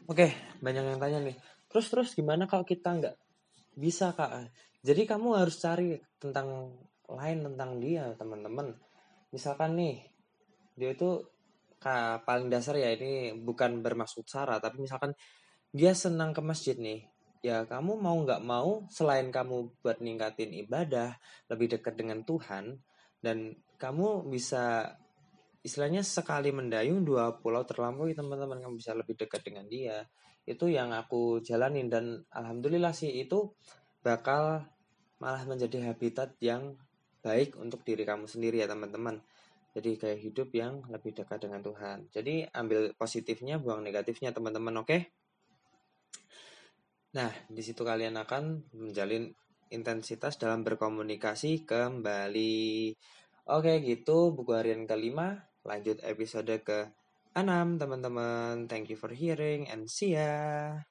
Oke, banyak yang tanya nih. Terus gimana kalau kita nggak bisa, Kak? Jadi kamu harus cari tentang dia, teman-teman. Misalkan nih, dia itu paling dasar ya, ini bukan bermaksud sara, tapi misalkan dia senang ke masjid nih. Ya kamu mau nggak mau, selain kamu buat ningkatin ibadah, lebih dekat dengan Tuhan, dan kamu bisa istilahnya sekali mendayung dua pulau terlampaui, teman-teman. Kamu bisa lebih dekat dengan dia. Itu yang aku jalanin, dan alhamdulillah sih itu bakal malah menjadi habitat yang baik untuk diri kamu sendiri ya, teman-teman. Jadi kayak hidup yang lebih dekat dengan Tuhan. Jadi ambil positifnya, buang negatifnya, teman-teman. Oke? Nah, di situ kalian akan menjalin intensitas dalam berkomunikasi kembali. Oke, gitu buku harian kelima. Lanjut episode ke 6, teman-teman. Thank you for hearing and see ya.